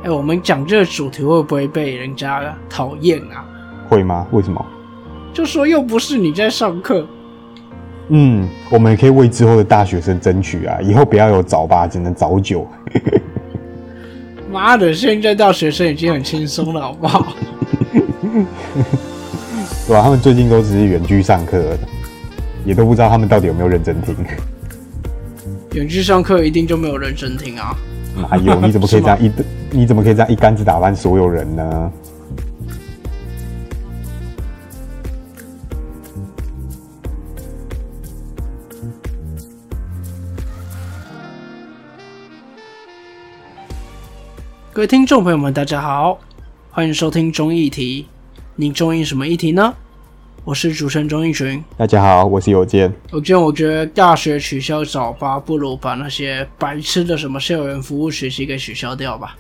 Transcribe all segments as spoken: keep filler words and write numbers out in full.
哎，我们讲这个主题会不会被人家讨厌啊？ 会吗？为什么？ 就说又不是你在上课。 嗯，我们也可以为之后的大学生争取啊，以后不要有早八，只能早九。 妈的，现在大学生已经很轻松了，好不好？ 对吧、啊？他们最近都只是远距上课了，也都不知道他们到底有没有认真听。 远距上课一定就没有认真听啊？ 哪有？你怎么可以这样一你怎么可以这样一竿子打翻所有人呢？ 各位听众朋友们，大家好，欢迎收听中议题。您中意什么议题呢？我是主持人钟义群。 大家好，我是有健。 有健，我觉得大学取消早八，不如把那些白痴的什么校园服务学习给取消掉吧。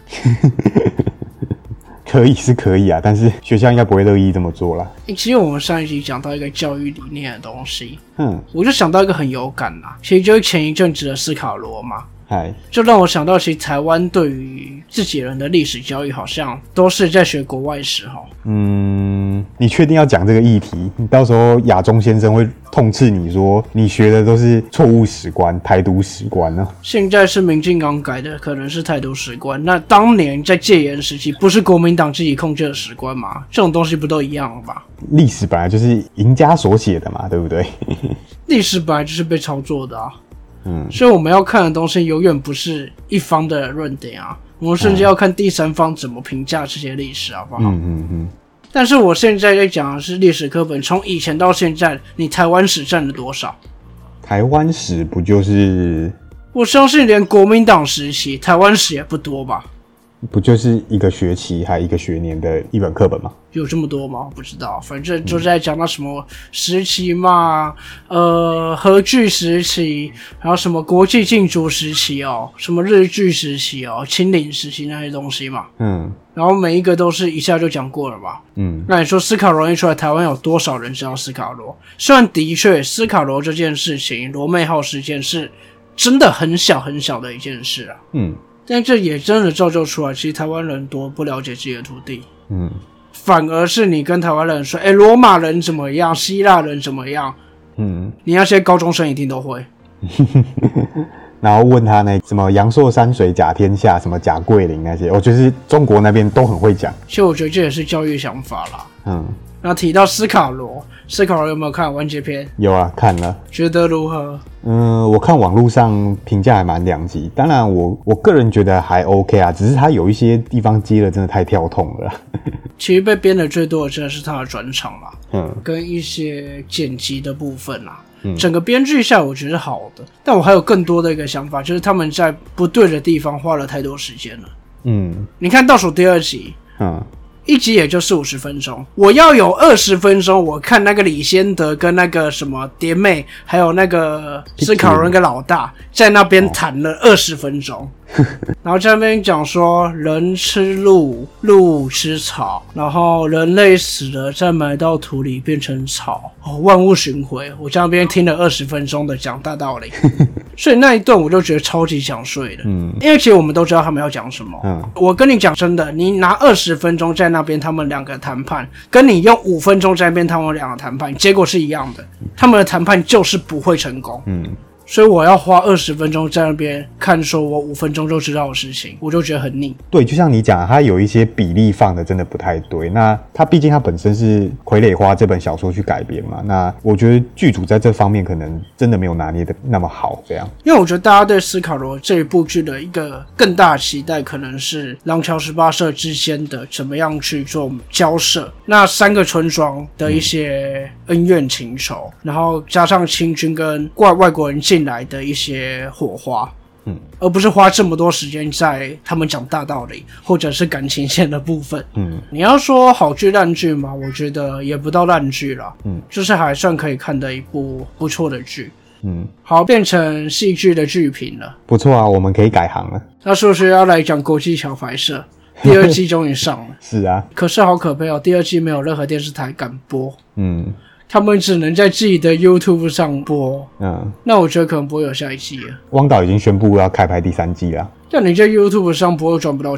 可以是可以啊，但是学校应该不会乐意这么做啦。 欸、其实我们上一集讲到一个教育理念的东西， 嗯， 我就想到一个很有感啦，其实就是前一阵子的斯卡罗嘛。 嗨， 就让我想到，其实台湾对于自己人的历史教育，好像都是在学国外史哈。 嗯，你确定要讲这个议题？你到时候亚中先生会痛斥你说，你学的都是错误史观、台独史观呢？ 现在是民进党改的，可能是台独史观。那当年在戒严时期，不是国民党自己控制的史观吗？这种东西不都一样吧？ 历史本来就是赢家所写的嘛，对不对？ 历史本来就是被操作的啊。 嗯， 所以我们要看的东西永远不是一方的论点啊，我们甚至要看第三方怎么评价这些历史，好不好？ 嗯嗯嗯。 但是我现在在讲的是历史课本，从以前到现在，你台湾史占了多少？ 台湾史不就是？ 我相信连国民党时期台湾史也不多吧？ 不就是一个学期还一个学年的一本课本吗？ 有这么多吗？我不知道，反正就在讲到什么时期嘛，呃，荷据时期，然后什么国际竞逐时期哦，什么日据时期哦，清领时期那些东西嘛。嗯，然后每一个都是一下就讲过了吧。嗯，那你说斯卡罗一出来，台湾有多少人知道斯卡罗？虽然的确斯卡罗这件事情，罗妹号事件是真的很小很小的一件事啊。嗯。但这也真的造就出来，其实台湾人多不了解自己的土地，嗯，反而是你跟台湾人说，哎、欸，罗马人怎么样，希腊人怎么样，嗯，你那些高中生一定都会。 然后问他呢，什么阳朔山水甲天下，什么甲桂林那些，我觉得中国那边都很会讲。 其实我觉得这也是教育想法啦。嗯，然后提到斯卡罗，斯卡罗有没有看完结篇？ 有啊，看了。觉得如何？ 嗯，我看网络上评价还蛮两极，当然我我个人觉得还 OK 啊，只是他有一些地方接的真的太跳痛了。 其实被编的最多的真的是他的转场啦，嗯，跟一些剪辑的部分啦。嗯、整个编剧下我觉得是好的，但我还有更多的一个想法，就是他们在不对的地方花了太多时间了。嗯，你看倒数第二集，嗯。一集也就四五十分钟，我要有二十分钟，我看那个李仙德跟那个什么蝶妹，还有那个斯卡罗那个老大在那边谈了二十分钟，然后在那边讲说人吃鹿，鹿吃草，然后人类死了再埋到土里变成草，哦，万物循环。我在那边听了二十分钟的讲大道理，所以那一段我就觉得超级想睡的，嗯，因为其实我们都知道他们要讲什么，嗯，我跟你讲真的，你拿二十分钟在那边他们两个谈判，跟你用五分钟在那边他们两个谈判，结果是一样的，他们的谈判就是不会成功，嗯。所以我要花二十分钟在那边看，说我五分钟就知道的事情，我就觉得很腻。 对，就像你讲，他有一些比例放的真的不太对。那他毕竟他本身是《傀儡花》这本小说去改编嘛，那我觉得剧组在这方面可能真的没有拿捏的那么好，这样。 因为我觉得大家对斯卡罗这一部剧的一个更大的期待，可能是廊桥十八社之间的怎么样去做交涉，那三个村庄的一些恩怨情仇，嗯、然后加上清军跟外外国人进来的一些火花，嗯，而不是花这么多时间在他们讲大道理或者是感情线的部分，嗯，你要说好剧烂剧嘛，我觉得也不到烂剧啦，嗯，就是还算可以看的一部不错的剧，嗯，好，变成戏剧的剧评了， 不错啊，我们可以改行了。 那是不是要来讲国际桥牌社？第二季终于上了， 是啊， 可是好可悲哦，第二季没有任何电视台敢播，嗯。他们只能在自己的 YouTube 上播，嗯，那我觉得可能不会有下一季了。 汪导已经宣布要开拍第三季了， 但你在 YouTube 上播又赚不到钱，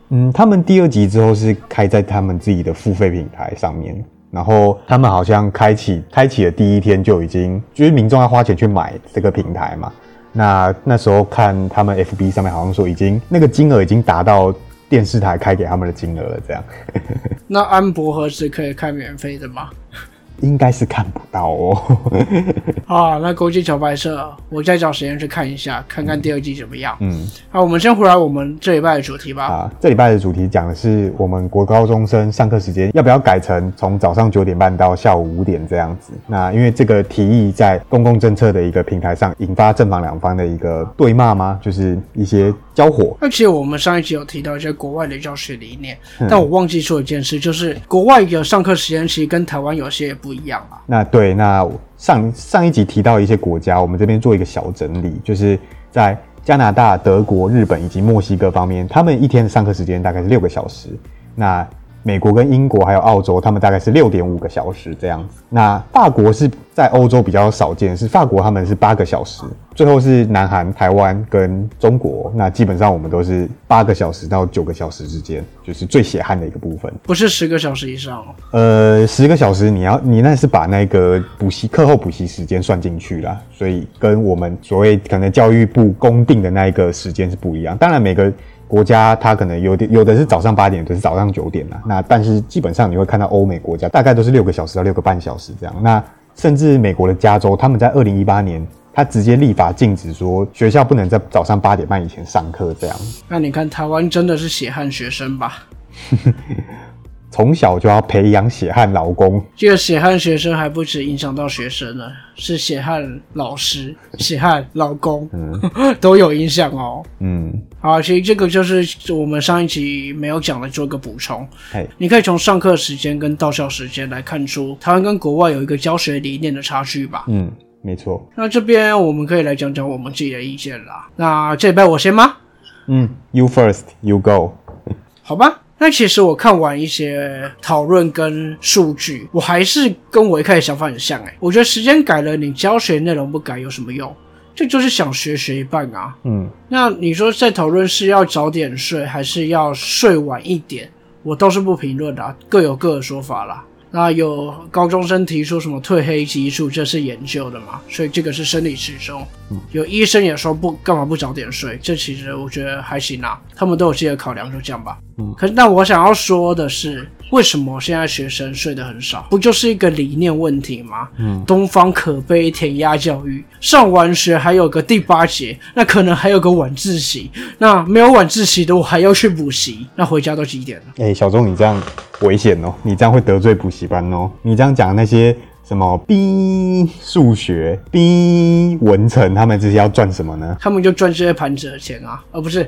嗯，他们第二集之后是开在他们自己的付费平台上面，然后他们好像开启开启的第一天就已经就是民众要花钱去买这个平台嘛。那那时候看他们 F B 上面好像说已经那个金额已经达到电视台开给他们的金额了，这样。 那安博盒子可以看免费的吗？ 应该是看不到哦。 啊，那国际小白社，我再找时间去看一下，看看第二季怎么样。 嗯， 好，我们先回来我们这礼拜的主题吧。 啊，这礼拜的主题讲的是我们国高中生上课时间要不要改成从早上九点半到下午五点这样子。那因为这个提议在公共政策的一个平台上引发正反两方的一个对骂吗？就是一些交火。 而且我们上一集有提到一些国外的教学理念，嗯、但我忘记说一件事，就是国外的上课时间其实跟台湾有些也不一样啊。 那对，那上上一集提到一些国家，我们这边做一个小整理，就是在加拿大、德国、日本以及墨西哥方面，他们一天的上课时间大概是六个小时。那美国跟英国还有澳洲，他们大概是 六点五个小时这样子。那法国是在欧洲比较少见，是法国他们是八个小时。最后是南韩、台湾跟中国，那基本上我们都是八个小时到九个小时之间，就是最血汗的一个部分。 不是十个小时以上哦。 呃，十个小时你要你那是把那个补习课后补习时间算进去啦，所以跟我们所谓可能教育部公定的那一个时间是不一样。当然每个国家它可能有的有的是早上八点，有的是早上九点啦。那但是基本上你会看到欧美国家大概都是六个小时到六个半小时这样。那甚至美国的加州，他们在二零一八年。他直接立法禁止说学校不能在早上八点半以前上课，这样。 那你看台湾真的是血汗学生吧？ 从小就要培养血汗劳工。 这个血汗学生还不止影响到学生呢，是血汗老师、血汗劳工，嗯、都有影响哦。嗯，好，其实这个就是我们上一集没有讲的，做一个补充。你可以从上课时间跟到校时间来看出台湾跟国外有一个教学理念的差距吧。 嗯。没错， 那这边我们可以来讲讲我们自己的意见啦。那这礼拜我先吗？ 嗯 ，You first, you go 。 好吧，那其实我看完一些讨论跟数据，我还是跟我一开始想法很像诶、欸。我觉得时间改了，你教学内容不改有什么用？这就是想学学一半啊。嗯，那你说在讨论是要早点睡，还是要睡晚一点？我倒是不评论啦，各有各的说法啦。那有高中生提出什么褪黑激素，这是研究的嘛，所以这个是生理时钟。嗯、有医生也说不干嘛不早点睡，这其实我觉得还行啦，他们都有自己的考量，就这样吧。嗯，可是但我想要说的是，为什么现在学生睡得很少？不就是一个理念问题吗？嗯，东方可悲填鸭教育，上完学还有个第八节，那可能还有个晚自习，那没有晚自习的我还要去补习，那回家都几点了？ 哎、欸，小钟你这样危险哦，你这样会得罪补习班哦，你这样讲那些。什么 B 数学 B 文成他们这些要赚什么呢？ 他们就赚这些盘子的钱啊，而、哦、不是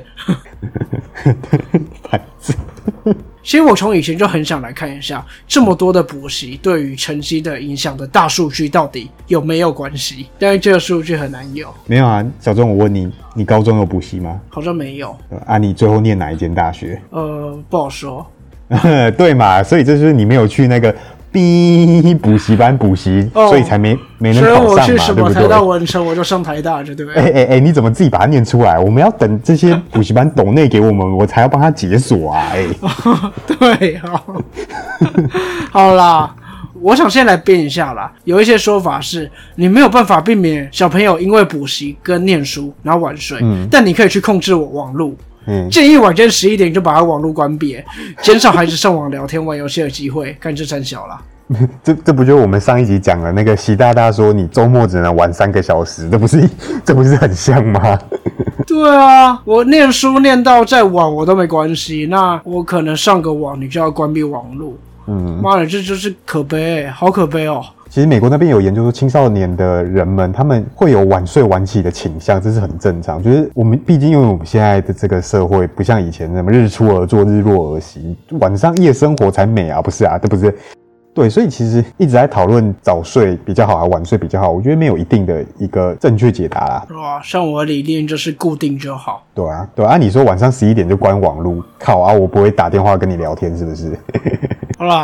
盘子。 其实我从以前就很想来看一下，这么多的补习对于成绩的影响的大数据到底有没有关系？但是这个数据很难有。 没有啊，小钟，我问你，你高中有补习吗？ 好像没有。 啊，你最后念哪一间大学？ 呃，不好说。 对嘛，所以这就是你没有去那个。B 补习班补习，哦、所以才没没能考上嘛， 所以我去什么台大文成，我就上台大，对不对？ 哎哎哎，你怎么自己把它念出来？我们要等这些补习班抖内给我们，我才要帮他解锁啊！哎、 欸，对，好，好啦。我想先来编一下啦，有一些说法是你没有办法避免小朋友因为补习跟念书然后晚睡，嗯、但你可以去控制我网路。嗯、建议晚间十一点就把他网络关闭，减少孩子上网聊天玩游戏的机会。干这三小啦。 这这不就是我们上一集讲了那个习大大说你周末只能玩三个小时，这不是这不是很像吗？ 对啊，我念书念到再晚我都没关系，那我可能上个网你就要关闭网络。嗯，妈的，这就是可悲、欸，好可悲哦。 其实美国那边有研究说，青少年的人们他们会有晚睡晚起的倾向，这是很正常。就是我们毕竟因为我们现在的这个社会不像以前那么日出而作日落而息，晚上夜生活才美啊，不是啊，对不是？对，所以其实一直在讨论早睡比较好还是晚睡比较好，我觉得没有一定的一个正确解答啦。 哇，像我的理念就是固定就好。 对啊，对啊，你说晚上十一点就关网路，靠啊，我不会打电话跟你聊天是不是？ 好啦。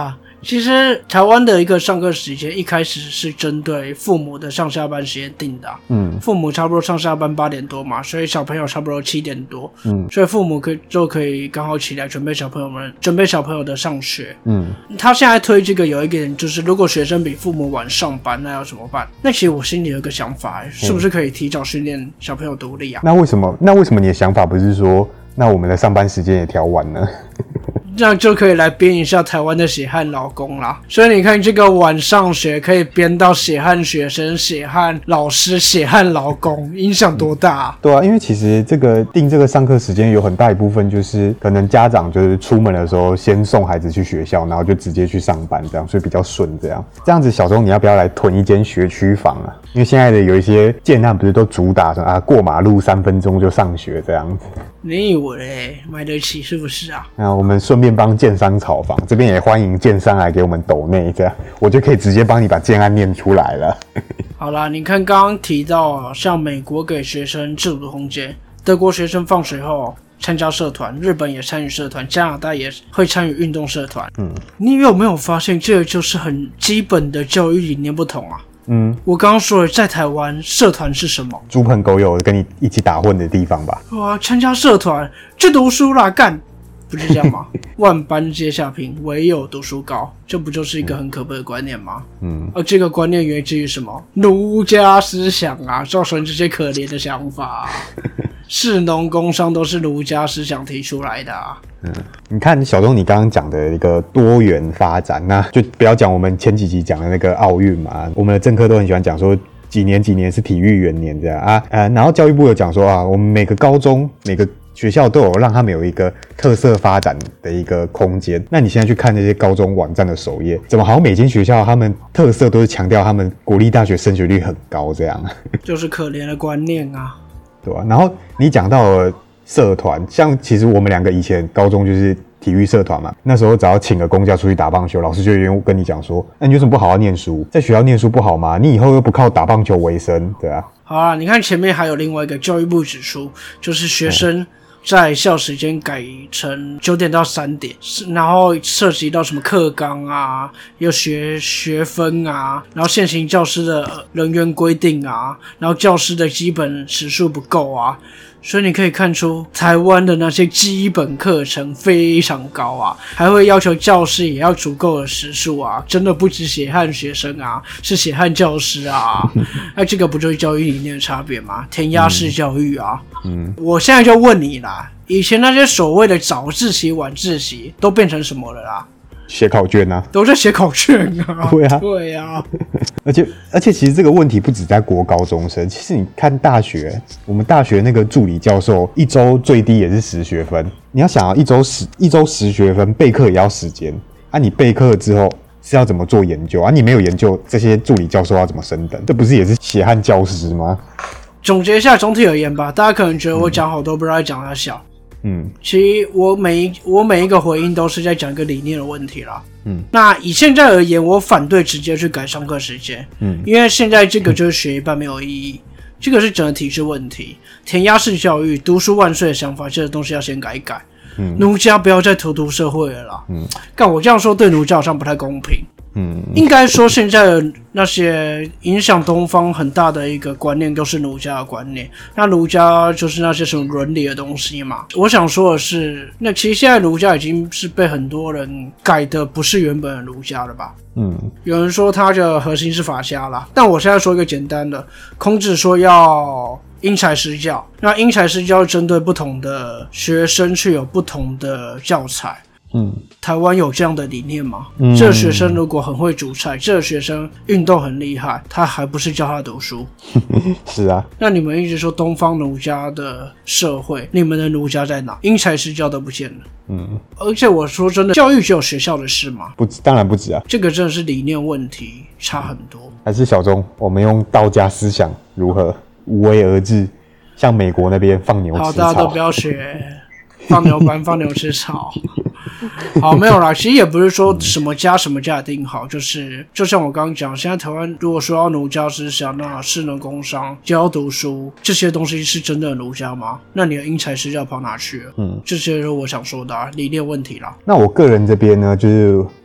其实台湾的一个上课时间一开始是针对父母的上下班时间定的、啊，嗯，父母差不多上下班八点多嘛，所以小朋友差不多七点多，嗯，所以父母可以就可以刚好起来准备小朋友们准备小朋友的上学，嗯，他现在推这个有一个人就是，如果学生比父母晚上班，那要怎么办？那其实我心里有一个想法，是不是可以提早训练小朋友独立啊？ 那为什么？那为什么你的想法不是说，那我们的上班时间也调晚呢？ 这样就可以来编一下台湾的血汗劳工啦。所以你看，这个晚上学可以编到血汗学生、血汗老师、血汗劳工，影响多大、啊嗯？对啊，因为其实这个定这个上课时间有很大一部分就是可能家长就是出门的时候先送孩子去学校，然后就直接去上班这样，所以比较顺这样。这样子，小钟你要不要来囤一间学区房啊？因为现在的有一些建案不是都主打啊过马路三分钟就上学这样子。 你以为买得起是不是啊？ 那我们顺便帮建商炒房，这边也欢迎建商来给我们抖内，这样我就可以直接帮你把建案念出来了。 好啦，你看刚刚提到，像美国给学生自主空间，德国学生放学后参加社团，日本也参与社团，加拿大也会参与运动社团。嗯，你有没有发现，这个就是很基本的教育理念不同啊？嗯，我刚刚说了，在台湾社团是什么？ 猪朋狗友跟你一起打混的地方吧。 哇，参加社团去读书啦，干，不是这样吗？万般皆下品，唯有读书高，这不就是一个很可悲的观念吗？嗯，而这个观念源自于什么？儒家思想啊，造成这些可怜的想法、啊。士农工商都是儒家思想提出来的啊。 嗯，你看小钟，你刚刚讲的一个多元发展，那就不要讲我们前几集讲的那个奥运嘛。我们的政客都很喜欢讲说几年几年是体育元年这样啊。呃，然后教育部有讲说啊，我们每个高中每个学校都有让他们有一个特色发展的一个空间。那你现在去看那些高中网站的首页，怎么好像每间学校他们特色都是强调他们国立大学升学率很高这样？ 就是可怜的观念啊。 对吧？然后你讲到了社团，像其实我们两个以前高中就是体育社团嘛，那时候只要请个公假出去打棒球，老师就会跟你讲说，那你为什么不好好念书？在学校念书不好吗？你以后又不靠打棒球为生，对啊。 好啊，你看前面还有另外一个教育部指出，就是学生在校时间改成九点到三点，然后涉及到什么课纲啊，有学学分啊，然后现行教师的人员规定啊，然后教师的基本时数不够啊，所以你可以看出台湾的那些基本课程非常高啊，还会要求教师也要足够的时数啊，真的不止血汗学生啊，是血汗教师啊。那这个不就是教育理念的差别吗？填鸭式教育啊。嗯，我现在就问你啦，以前那些所谓的早自习晚自习都变成什么了啦？ 写考卷啊， 都在写考卷啊。 对啊， 对啊。 而且而且其实这个问题不止在国高中生，其实你看大学，我们大学那个助理教授一周最低也是十学分。你要想啊，一周十一周十学分，备课也要时间啊。你备课之后是要怎么做研究啊？你没有研究，这些助理教授要怎么升等？这不是也是血汗教师吗？ 总结一下，总体而言吧，大家可能觉得我讲好多，不知道在讲他小。嗯，其实我每一我每一个回应都是在讲一个理念的问题啦。嗯，那以现在而言，我反对直接去改上课时间。嗯，因为现在这个就是学一半没有意义，这个是整个体制问题。填鸭式教育、读书万岁的想法，这个东西要先改一改。嗯，奴家不要再荼毒社会了啦。嗯，干我这样说对奴家好像不太公平。嗯，应该说现在的那些影响东方很大的一个观念都是儒家的观念，那儒家就是那些什么伦理的东西嘛。我想说的是，那其实现在儒家已经是被很多人改的不是原本的儒家了吧。嗯，有人说它的核心是法家啦，但我现在说一个简单的，孔子说要因材施教，那因材施教针对不同的学生去有不同的教材。嗯，台湾有这样的理念吗？嗯，这个学生如果很会煮菜，这个学生运动很厉害，他还不是教他读书？ 是啊。 那你们一直说东方儒家的社会，你们的儒家在哪？因材施教都不见了。嗯，而且我说真的，教育只有学校的事吗？ 不，当然不止啊。 这个真的是理念问题，差很多。 还是小钟，我们用道家思想如何无为而治，像美国那边放牛吃草。 好，大家都不要学。放牛班放牛吃草。好，没有啦，其实也不是说什么家什么家一定好，就是就像我刚刚讲，现在台湾如果说要儒家思想，那士农工商就要读书，这些东西是真的儒家吗？那你的因材施教跑哪去了？嗯，这些是我想说的、啊、理念问题啦。 那我个人这边呢，就是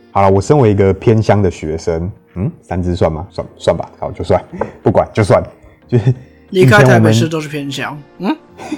好了，我身为一个偏乡的学生，嗯，三支算吗？算算吧，好就算，不管就算，就是离开台北市都是偏乡，嗯，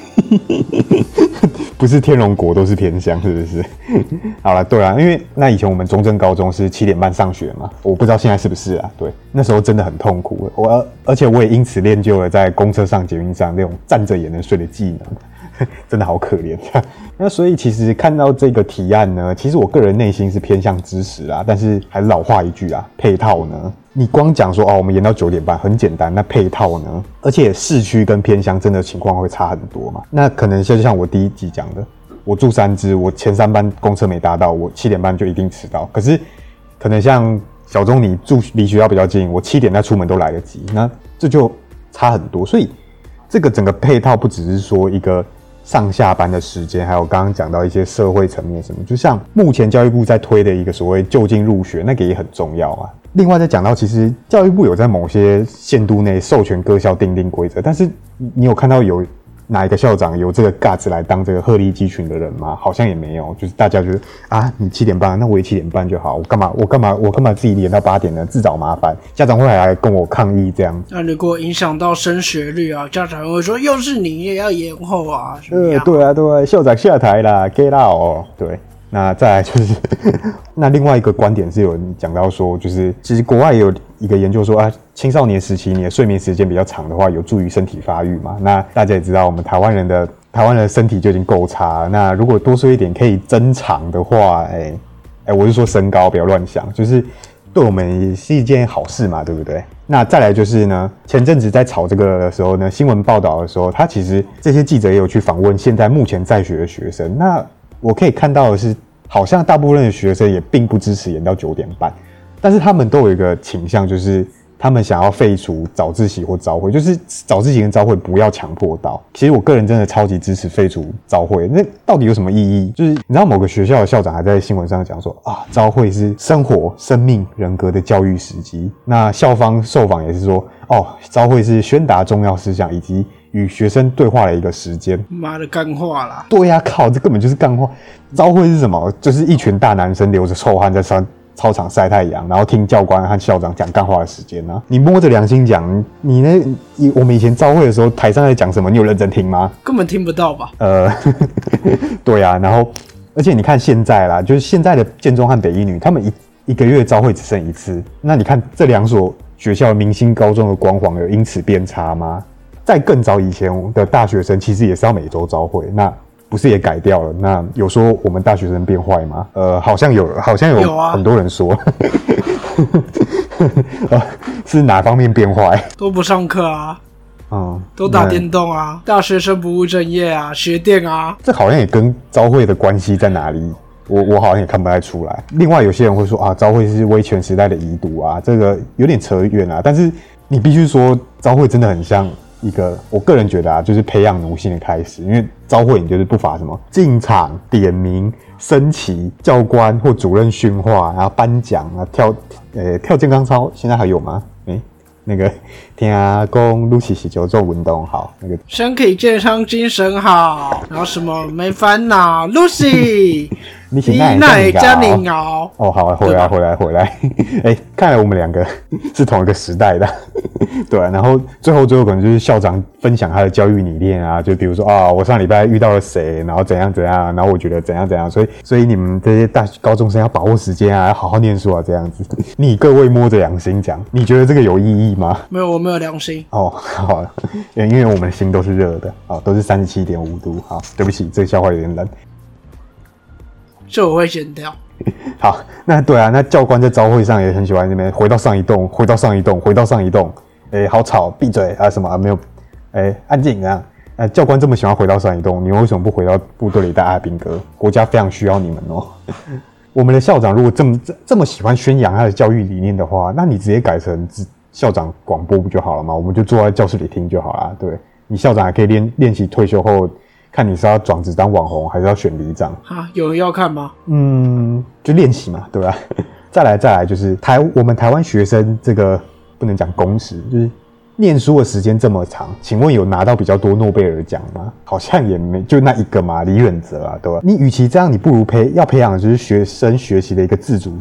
不是天龙国都是偏乡，是不是？好了，对啊，因为那以前我们中正高中是七点半上学嘛，我不知道现在是不是啊？对，那时候真的很痛苦，我而且我也因此练就了在公车上、捷运上那种站着也能睡的技能。真的好可怜。那所以其实看到这个提案呢，其实我个人内心是偏向支持啊，但是还是老话一句啊，配套呢，你光讲说哦，我们延到九点半很简单，那配套呢？而且市区跟偏乡真的情况会差很多嘛。那可能就像我第一集讲的，我住三支，我前三班公车没搭到，我七点半就一定迟到。可是可能像小钟你住离学校比较近，我七点再出门都来得及，那这就差很多。所以这个整个配套不只是说一个上下班的时间，还有刚刚讲到一些社会层面什么，就像目前教育部在推的一个所谓就近入学，那个也很重要啊。另外再讲到，其实教育部有在某些限度内授权各校订定规则，但是你有看到有哪一个校长有这个 guts 来当这个鹤立鸡群的人吗？好像也没有，就是大家觉得啊，你七点半，那我也七点半就好，我干嘛我干嘛我干嘛自己延到八点呢？自找麻烦，家长会来跟我抗议这样子。 那如果影响到升学率啊，家长会说又是你也要延后啊， 呃，对啊对啊，校长下台啦 ，get out 哦，对。那再来就是那另外一个观点是有人讲到说，就是其实国外也有一个研究说啊，青少年时期你的睡眠时间比较长的话，有助于身体发育嘛。那大家也知道，我们台湾人的台湾人的身体就已经够差了，那如果多睡一点可以增长的话，哎、欸、哎、欸，我是说身高不要乱想，就是对我们也是一件好事嘛，对不对？那再来就是呢，前阵子在炒这个的时候呢，新闻报道的时候，他其实这些记者也有去访问现在目前在学的学生，那我可以看到的是，好像大部分的学生也并不支持延到九点半，但是他们都有一个倾向，就是他们想要废除早自习或朝会，就是早自习跟朝会不要强迫到。其实我个人真的超级支持废除朝会，那到底有什么意义？就是你知道某个学校的校长还在新闻上讲说啊，朝会是生活、生命、人格的教育时机。那校方受访也是说，哦，朝会是宣达重要思想以及与学生对话的一个时间。 妈的干话啦！ 对呀、啊，靠，这根本就是干话。朝会是什么？就是一群大男生流着臭汗在操操场晒太阳，然后听教官和校长讲干话的时间啊。你摸着良心讲，你那我们以前朝会的时候，台上在讲什么，你有认真听吗？ 根本听不到吧？ 呃，对啊，然后而且你看现在啦，就是现在的建中和北一女，他们一一个月朝会只剩一次。那你看这两所学校明星高中的光环有因此变差吗？在更早以前的大学生其实也是要每周朝会，那不是也改掉了？那有说我们大学生变坏吗？呃，好像有，好像有很多人说，呃，是哪方面变坏？ 都不上课啊， 嗯， 都打电动啊，大学生不务正业啊，学电啊， 这好像也跟朝会的关系在哪里？我我好像也看不太出来。另外有些人会说啊，朝会是威权时代的遗毒啊，这个有点扯远啊。但是你必须说，朝会真的很像一个，我个人觉得啊，就是培养奴性的开始。因为朝会你就是不乏什么进场、点名、升旗、教官或主任训话，然后颁奖啊，跳呃跳健康操，现在还有吗？哎、欸，那个听讲 Lucy 是就做运动好，那个身体健康精神好，然后什么没烦恼 Lucy。 你那也加你熬哦，好，回来，回来，回来。哎、欸，看来我们两个是同一个时代的，对、啊。然后最后，最后可能就是校长分享他的教育理念啊，就比如说啊，我上礼拜遇到了谁，然后怎样怎样，然后我觉得怎样怎样，所以所以你们这些大高中生要把握时间啊，要好好念书啊，这样子。你各位摸着良心讲，你觉得这个有意义吗？ 没有，我没有良心。 哦，好，因为我们的心都是热的，啊，都是三十七点五度。好，对不起，这个笑话有点冷。 这我会剪掉。 好，那对啊，那教官在朝会上也很喜欢那边回到上一栋，回到上一栋，回到上一栋，哎、欸，好吵，闭嘴啊什么啊没有，哎、欸，安静啊。呃，教官这么喜欢回到上一栋，你们为什么不回到部队里带阿兵哥？国家非常需要你们哦。我们的校长如果这么这么喜欢宣扬他的教育理念的话，那你直接改成校长广播不就好了吗？我们就坐在教室里听就好了。对，你校长还可以练练习退休后。看你是要转职当网红，还是要选里长？ 哈，有人要看吗？ 嗯，就练习嘛，对吧？再来，再来，就是台我们台湾学生这个不能讲工时，就是念书的时间这么长，请问有拿到比较多诺贝尔奖吗？好像也没，就那一个嘛，李远哲啊，对吧？你与其这样，你不如培要培养的就是学生学习的一个自主性，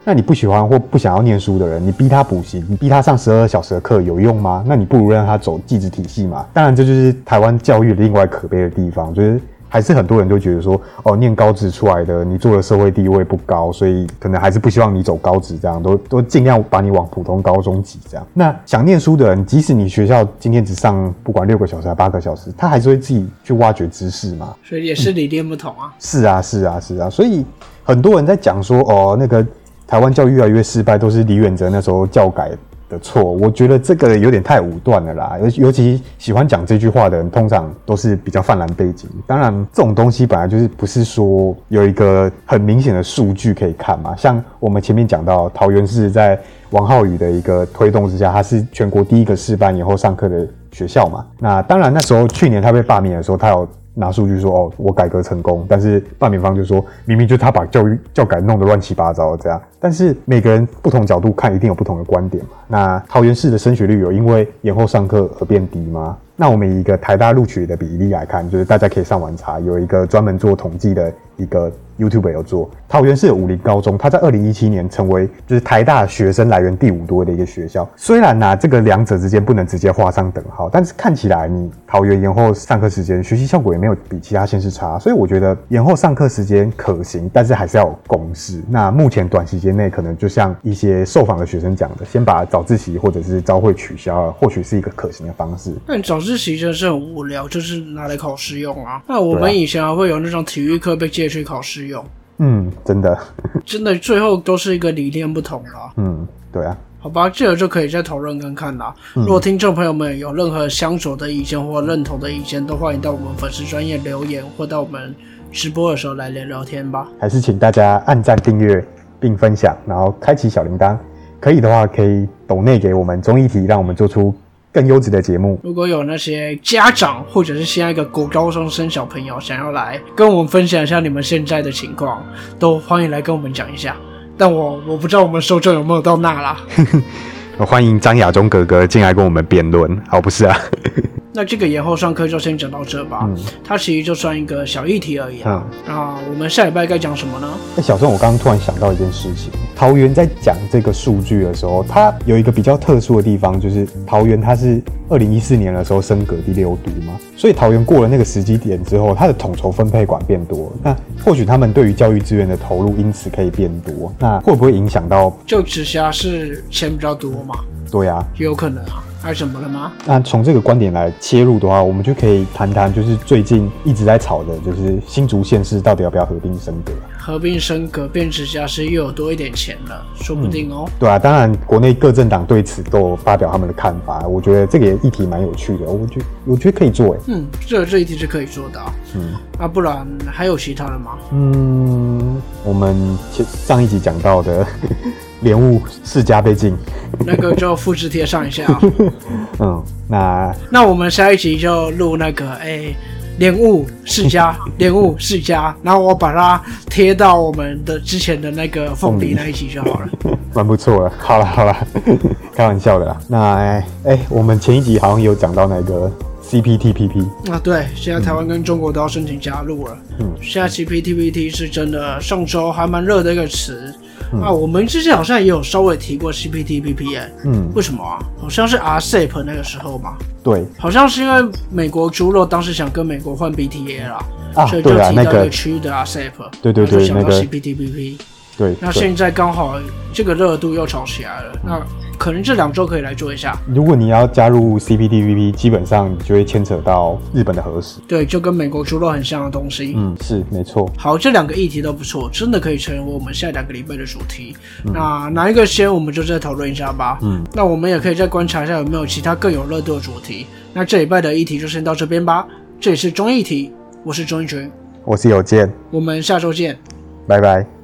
那你不喜欢或不想要念书的人，你逼他补习，你逼他上十二小时的课有用吗？那你不如让他走技职体系嘛。当然这就是台湾教育另外可悲的地方，就是还是很多人都觉得说，哦，念高职出来的，你做的社会地位不高，所以可能还是不希望你走高职，这样都都尽量把你往普通高中挤这样。那想念书的人，即使你学校今天只上不管六个小时还八个小时，他还是会自己去挖掘知识嘛。 所以也是理念不同啊。 嗯、是啊，是啊，是啊。所以很多人在讲说，哦，那个台湾教育越来越失败，都是李远哲那时候教改的错，我觉得这个有点太武断了啦。尤其喜欢讲这句话的人，通常都是比较泛蓝背景。当然，这种东西本来就是不是说有一个很明显的数据可以看嘛。像我们前面讲到，桃园市在王浩宇的一个推动之下，它是全国第一个试办延后上课的学校嘛。那当然，那时候去年他被罢免的时候，他有拿数据说，哦，我改革成功，但是罢免方就说，明明就是他把教育教改弄得乱七八糟这样。但是每个人不同角度看，一定有不同的观点嘛。那桃园市的升学率有因为延后上课而变低吗？那我们以一个台大录取的比例来看，就是大家可以上网查，有一个专门做统计的一个 YouTube 有做，桃园市有武陵高中，它在二零一七年成为就是台大学生来源第五多的一个学校。虽然呢、啊，这个两者之间不能直接画上等号，但是看起来你桃园延后上课时间，学习效果也没有比其他县市差，所以我觉得延后上课时间可行，但是还是要有公式。那目前短时间内可能就像一些受访的学生讲的，先把早自习或者是朝会取消了，或许是一个可行的方式。 但早自习真的是很无聊，就是拿来考试用啊。那我们以前还会有那种体育课被借去考试用。 嗯，真的， 真的，最后都是一个理念不同啦。 嗯，对啊。 好吧，这个就可以再讨论看看啦。嗯、如果听众朋友们有任何相左的意见或认同的意见，都欢迎到我们粉丝专页留言，或到我们直播的时候来聊聊天吧。 还是请大家按赞、订阅并分享，然后开启小铃铛。可以的话，可以抖内给我们综艺题，让我们做出更优质的节目。 如果有那些家长或者是现在一个国高中生小朋友想要来跟我们分享一下你们现在的情况，都欢迎来跟我们讲一下。但我我不知道我们受众有没有到那啦。 我欢迎张亚中哥哥进来跟我们辩论。哦，不是啊。 那这个延后上课就先讲到这吧。嗯，它其实就算一个小议题而已啊。嗯、那我们下礼拜该讲什么呢？哎， 小郑，我刚刚突然想到一件事情，桃园在讲这个数据的时候，它有一个比较特殊的地方，就是桃园它是二零一四年的时候升格第六都嘛，所以桃园过了那个时机点之后，它的统筹分配管变多，那或许他们对于教育资源的投入因此可以变多，那会不会影响到？ 就直辖市钱比较多嘛？ 对啊， 也有可能啊。还什么了吗？ 那从这个观点来切入的话，我们就可以谈谈，就是最近一直在吵的，就是新竹县市到底要不要合并升格？ 合并升格变直辖市又有多一点钱了，说不定哦。 嗯、对啊，当然国内各政党对此都有发表他们的看法，我觉得这个议题蛮有趣的，我觉得我觉得可以做诶。 嗯，这这议题是可以做的、啊。嗯，那、啊、不然还有其他的吗？ 嗯，我们上一集讲到的。莲雾世家被禁， 那个就复制贴上一下、啊。 嗯，那那我们下一集就录那个哎，莲雾世家，莲雾世家，然后我把它贴到我们的之前的那个凤梨那一集就好了。 蛮不错的。好了好了，开玩笑的啦。那哎哎，我们前一集好像有讲到那个 C P T P P 啊，对，现在台湾跟中国都要申请加入了。嗯，现在 C P T P P 是真的上周还蛮热的一个词。嗯、啊，我们之前好像也有稍微提过 C P T P P 哎、欸，嗯，为什么啊？好像是 R C E P 那个时候嘛， 对， 好像是因为美国猪肉当时想跟美国换 B T A 啦， 啊， 所以就提到一个区域的 R C E P， 对对对， 想到 C P T P P，、 那个、对， 那现在刚好这个热度又炒起来了，那可能这两周可以来做一下。 如果你要加入 C P T P P， 基本上就会牵扯到日本的核食， 对，就跟美国猪肉很像的东西。 嗯，是没错。 好，这两个议题都不错，真的可以成为我们下两个礼拜的主题。嗯、那哪一个先，我们就再讨论一下吧。嗯，那我们也可以再观察一下有没有其他更有热度的主题。那这礼拜的议题就先到这边吧。这里是中议题，我是钟一群， 我是有健， 我们下周见， 拜拜。